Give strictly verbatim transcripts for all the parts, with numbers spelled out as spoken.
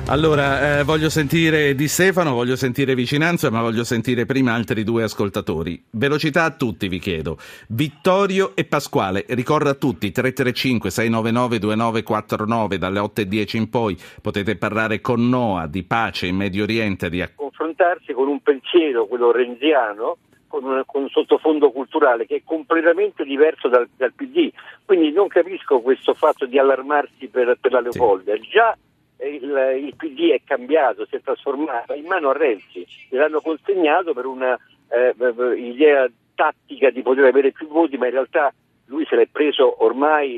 Allora, eh, voglio sentire Di Stefano, voglio sentire Vicinanza, ma voglio sentire prima altri due ascoltatori. Velocità a tutti, vi chiedo. Vittorio e Pasquale, ricordo a tutti, tre tre cinque sei nove nove due nove quattro nove, dalle otto e dieci in poi potete parlare con Noa di pace in Medio Oriente. Di... Confrontarsi con un pensiero, quello renziano, con un, con un sottofondo culturale che è completamente diverso dal, dal P D. Quindi non capisco questo fatto di allarmarsi per, per la Leopolda. Sì. Già Il, il P D è cambiato, si è trasformato in mano a Renzi, gliel'hanno consegnato per una eh, idea tattica di poter avere più voti, ma in realtà lui se l'è preso ormai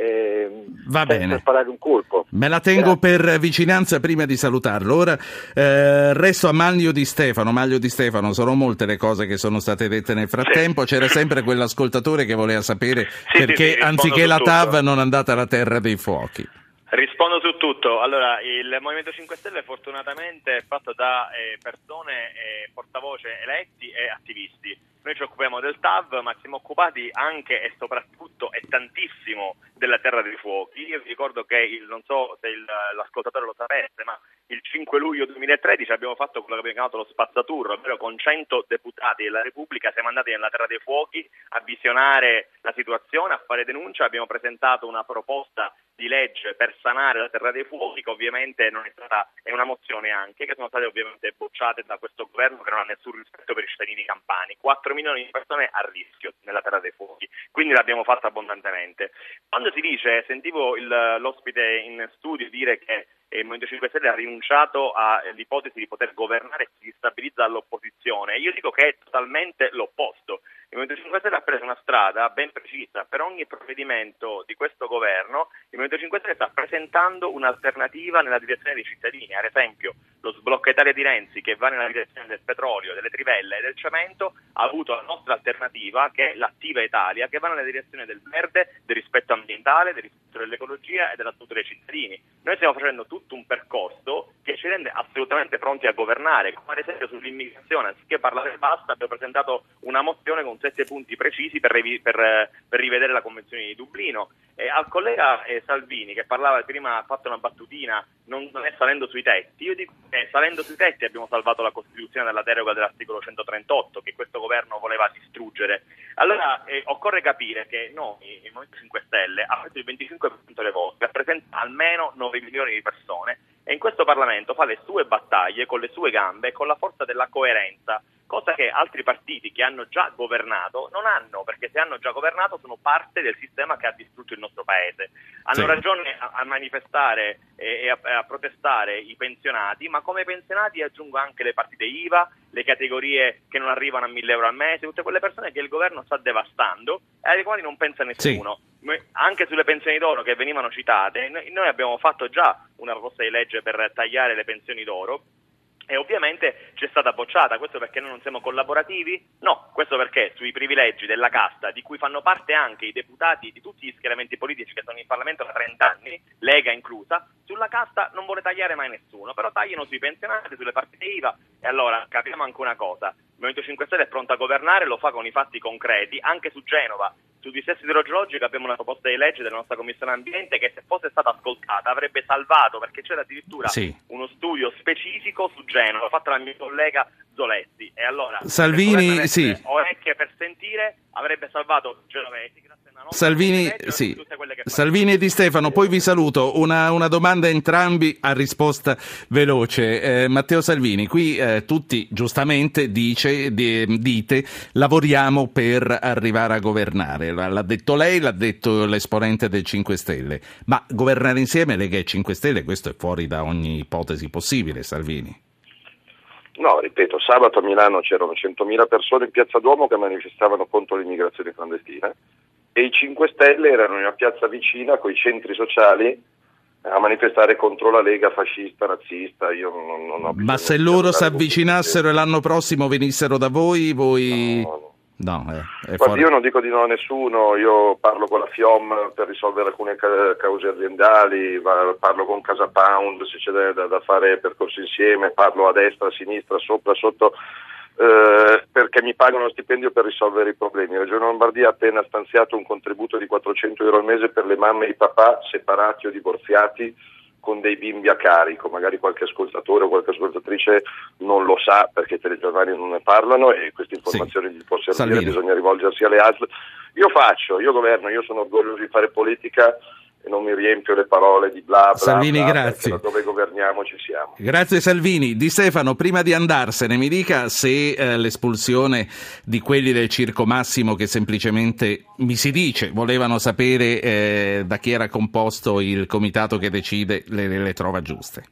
eh, Va bene. sparare un colpo. Me la tengo Grazie. Per Vicinanza prima di salutarlo. Ora eh, resto a Maglio Di Stefano. Maglio Di Stefano, sono molte le cose che sono state dette nel frattempo. Sì. C'era sempre quell'ascoltatore che voleva sapere sì, perché sì, sì, anziché la T A V non andate alla Terra dei Fuochi. Rispondo su tutto. Allora, il Movimento cinque Stelle fortunatamente è fatto da eh, persone, eh, portavoce eletti e attivisti. Noi ci occupiamo del T A V, ma siamo occupati anche e soprattutto e tantissimo della Terra dei Fuochi. Io vi ricordo che, il, non so se il, l'ascoltatore lo sapesse, ma il cinque luglio duemilatredici abbiamo fatto quello che abbiamo chiamato lo spazzaturro, ovvero con cento deputati della Repubblica siamo andati nella Terra dei Fuochi a visionare la situazione, a fare denuncia. Abbiamo presentato una proposta di legge per sanare la Terra dei Fuochi, che ovviamente non è stata, è una mozione anche, che sono state ovviamente bocciate da questo governo che non ha nessun rispetto per i cittadini campani. quattro milioni di persone a rischio nella Terra dei Fuochi, quindi l'abbiamo fatta abbondantemente. Quando si dice, sentivo il, l'ospite in studio dire che il Movimento cinque Stelle ha rinunciato all'ipotesi di poter governare e si stabilizza all'opposizione, io dico che è totalmente l'opposto. Il Movimento cinque Stelle ha preso una strada ben precisa. Per ogni provvedimento di questo governo il Movimento cinque Stelle sta presentando un'alternativa nella direzione dei cittadini. Ad esempio, lo sblocca Italia di Renzi, che va nella direzione del petrolio, delle trivelle e del cemento, ha avuto la nostra alternativa, che è l'Attiva Italia, che va nella direzione del verde, del rispetto ambientale, del rispetto dell'ecologia e della tutela dei cittadini. Noi stiamo facendo tutto un percorso che ci rende assolutamente pronti a governare, come ad esempio sull'immigrazione, anziché parlare e basta, abbiamo presentato una mozione con sette punti precisi per, rivi- per, per rivedere la Convenzione di Dublino. E al collega eh, Salvini, che parlava prima, ha fatto una battutina, non, non è salendo sui tetti. Io dico che salendo sui tetti abbiamo salvato la Costituzione dalla deroga dell'articolo centotrentotto, che questo governo voleva distruggere. Allora eh, occorre capire che noi, il Movimento cinque Stelle, ha preso il venticinque per cento delle voti, rappresenta almeno nove milioni di persone, e in questo Parlamento fa le sue battaglie con le sue gambe e con la forza della coerenza, cosa che altri partiti che hanno già governato non hanno, perché se hanno già governato sono parte del sistema che ha distrutto il nostro paese. Hanno sì. ragione a, a manifestare e, e a, a protestare i pensionati, ma come pensionati aggiungo anche le partite I V A, le categorie che non arrivano a mille euro al mese, tutte quelle persone che il governo sta devastando e alle quali non pensa nessuno. Sì. Anche sulle pensioni d'oro che venivano citate, noi abbiamo fatto già una proposta di legge per tagliare le pensioni d'oro e ovviamente c'è stata bocciata. Questo perché noi non siamo collaborativi? No, questo perché sui privilegi della casta, di cui fanno parte anche i deputati di tutti gli schieramenti politici che sono in Parlamento da trenta anni, Lega inclusa, sulla casta non vuole tagliare mai nessuno, però tagliano sui pensionati, sulle partite I V A. E allora capiamo anche una cosa: il Movimento cinque Stelle è pronto a governare, lo fa con i fatti concreti. Anche su Genova, sul dissesto idrogeologico, abbiamo una proposta di legge della nostra Commissione Ambiente che, se fosse stata ascoltata, avrebbe salvato, perché c'era addirittura sì. uno studio specifico su Genova fatto dal mio collega Zoletti. E allora Salvini, sì. orecchie per sentire, avrebbe salvato Genovesi. Salvini, sì. Salvini e Di Stefano, poi vi saluto. Una, una domanda a entrambi a risposta veloce. Eh, Matteo Salvini, qui eh, tutti giustamente dice, di, dite lavoriamo per arrivare a governare. L'ha detto lei, l'ha detto l'esponente del cinque Stelle. Ma governare insieme Lega e cinque Stelle, questo è fuori da ogni ipotesi possibile, Salvini. No, ripeto, sabato a Milano c'erano centomila persone in Piazza Duomo che manifestavano contro l'immigrazione clandestina, e i cinque Stelle erano in una piazza vicina con i centri sociali a manifestare contro la Lega fascista, razzista. Io non, non ho Ma se loro si avvicinassero e l'anno prossimo venissero da voi, voi... No, no. No, è, è Guardi, io non dico di no a nessuno, io parlo con la FIOM per risolvere alcune ca- cause aziendali, va, parlo con Casa Pound se c'è da, da fare percorsi insieme, parlo a destra, a sinistra, sopra, sotto, eh, perché mi pagano lo stipendio per risolvere i problemi. La Regione Lombardia ha appena stanziato un contributo di quattrocento euro al mese per le mamme e i papà separati o divorziati con dei bimbi a carico, magari qualche ascoltatore o qualche ascoltatrice non lo sa perché i telegiornali non ne parlano e queste informazioni sì. gli può servire, Salvini. Bisogna rivolgersi alle A S L. Io faccio, io governo, io sono orgoglioso di fare politica e non mi riempio le parole di bla bla Salvini, bla, grazie. Da dove governiamo ci siamo. Grazie Salvini. Di Stefano, prima di andarsene mi dica se eh, l'espulsione di quelli del Circo Massimo che semplicemente, mi si dice, volevano sapere eh, da chi era composto il comitato che decide, le, le trova giuste.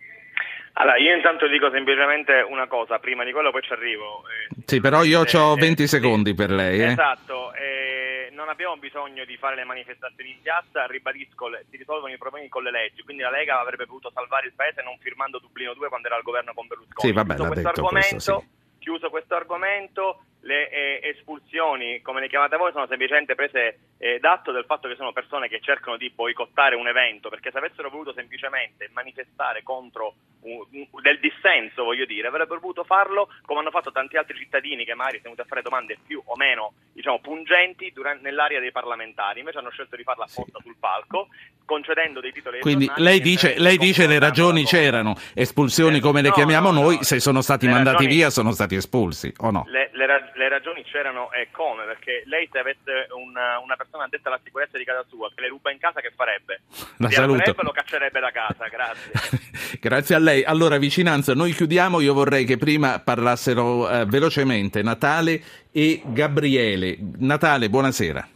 Allora, io intanto dico semplicemente una cosa, prima di quello poi ci arrivo. Eh, sì, però io eh, ho venti eh, secondi sì, per lei. Eh. Esatto, eh, non abbiamo bisogno di fare le manifestazioni in piazza, ribadisco, le, si risolvono i problemi con le leggi, quindi la Lega avrebbe potuto salvare il paese non firmando Dublino due quando era al governo con Berlusconi. Sì, vabbè, l'ha detto questo, sì. Chiuso questo argomento, le eh, espulsioni, come le chiamate voi, sono semplicemente prese eh, d'atto del fatto che sono persone che cercano di boicottare un evento, perché se avessero voluto semplicemente manifestare contro un, un, del dissenso, voglio dire, avrebbero voluto farlo come hanno fatto tanti altri cittadini che magari sono venuti a fare domande più o meno, diciamo, pungenti durante, nell'area dei parlamentari, invece hanno scelto di farla apposta sì. sul palco, concedendo dei titoli. Quindi lei dice, lei dice le ragioni c'erano, espulsioni eh, come le no, chiamiamo no, noi, no, se sono stati mandati ragioni, via sono stati espulsi o no? Le, le, le ragioni c'erano e come, perché lei se avesse una, una persona addetta alla sicurezza di casa sua che le ruba in casa, che farebbe? La saluto. Lo caccerebbe da casa, grazie. Grazie a lei. Allora, vicinanza, noi chiudiamo, io vorrei che prima parlassero eh, velocemente Natale e Gabriele. Natale, buonasera.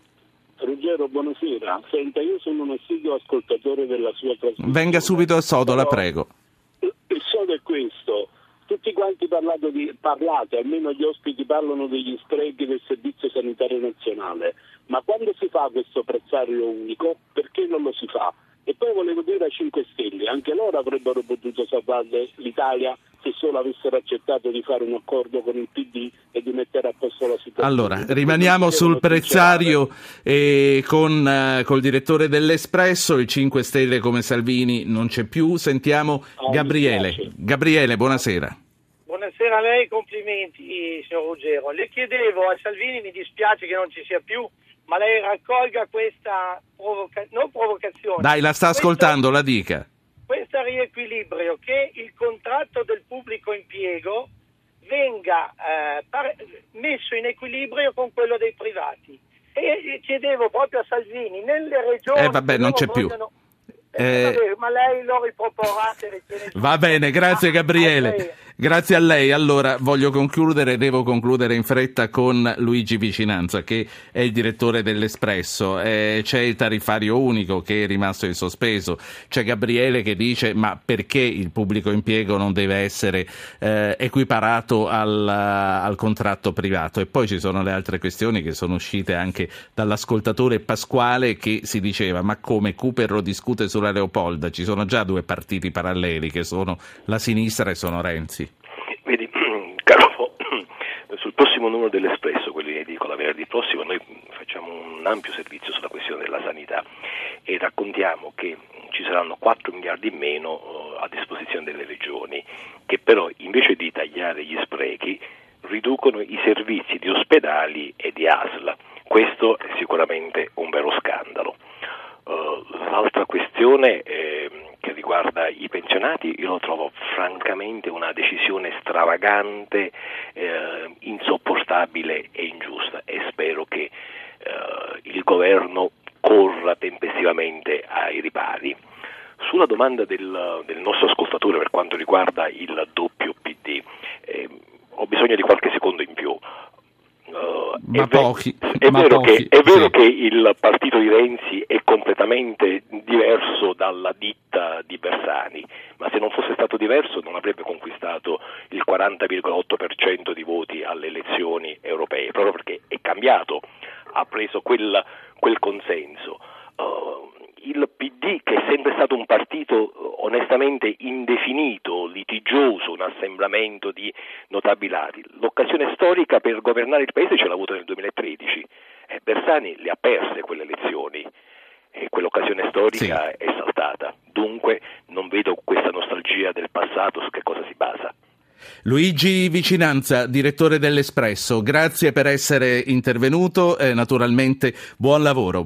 Ruggero, buonasera. Senta, io sono un assiduo ascoltatore della sua trasmissione. Venga subito al sodo, la prego. Il sodo è questo. Tutti quanti parlato di, parlate, almeno gli ospiti parlano degli sprechi del Servizio Sanitario Nazionale, ma quando si fa questo prezzario unico, perché non lo si fa? E poi volevo dire ai cinque Stelle, anche loro avrebbero potuto salvare l'Italia se solo avessero accettato di fare un accordo con il P D e di mettere a posto la situazione. Allora, rimaniamo sul prezzario e con uh, col direttore dell'Espresso, il cinque Stelle come Salvini non c'è più, sentiamo ah, Gabriele. Gabriele, buonasera. Buonasera a lei, complimenti signor Ruggero. Le chiedevo a Salvini, mi dispiace che non ci sia più, ma lei raccolga questa provoca- non provocazione. Dai, la sta ascoltando, questo, la dica. Questo riequilibrio, che il contratto del pubblico impiego venga eh, par- messo in equilibrio con quello dei privati. E chiedevo proprio a Salvini, nelle regioni... Eh vabbè, non c'è vogliono... più. Eh... Ma lei lo riproporrà se ritiene... Va bene, grazie Gabriele. Grazie a lei. Allora voglio concludere, devo concludere in fretta con Luigi Vicinanza, che è il direttore dell'Espresso. Eh, c'è il tariffario unico che è rimasto in sospeso, c'è Gabriele che dice ma perché il pubblico impiego non deve essere eh, equiparato al, al contratto privato, e poi ci sono le altre questioni che sono uscite anche dall'ascoltatore Pasquale, che si diceva ma come Cooper discute sulla Leopolda, ci sono già due partiti paralleli che sono la sinistra e sono Renzi. Vedi, caro, sul prossimo numero dell'Espresso, quello in edicola venerdì prossimo, noi facciamo un ampio servizio sulla questione della sanità e raccontiamo che ci saranno quattro miliardi in meno a disposizione delle regioni, che però invece di tagliare gli sprechi riducono i servizi di ospedali e di A S L. Questo è sicuramente un vero scandalo. Uh, l'altra questione eh, che riguarda i pensionati, io lo trovo francamente una decisione stravagante, eh, insopportabile e ingiusta, e spero che eh, il governo corra tempestivamente ai ripari. Sulla domanda del, del nostro ascoltatore per quanto riguarda il doppio P D, eh, ho bisogno di qualche secondo in più. Uh, ma è, pochi, è, ma vero, pochi, che, è vero sì. che il partito di Renzi è completamente diverso dalla ditta di Bersani, ma se non fosse stato diverso non avrebbe conquistato il quaranta virgola otto per cento di voti alle elezioni europee, proprio perché è cambiato, ha preso quel, quel consenso. Uh, il P D, che è sempre stato un partito onestamente indefinito, litigioso, un assemblamento di notabilati, l'occasione storica per governare il paese ce l'ha avuta nel duemilatredici, e Bersani le ha perse quelle elezioni e quell'occasione storica sì. è saltata. Dunque non vedo questa nostalgia del passato su che cosa si basa. Luigi Vicinanza, direttore dell'Espresso, grazie per essere intervenuto e naturalmente buon lavoro.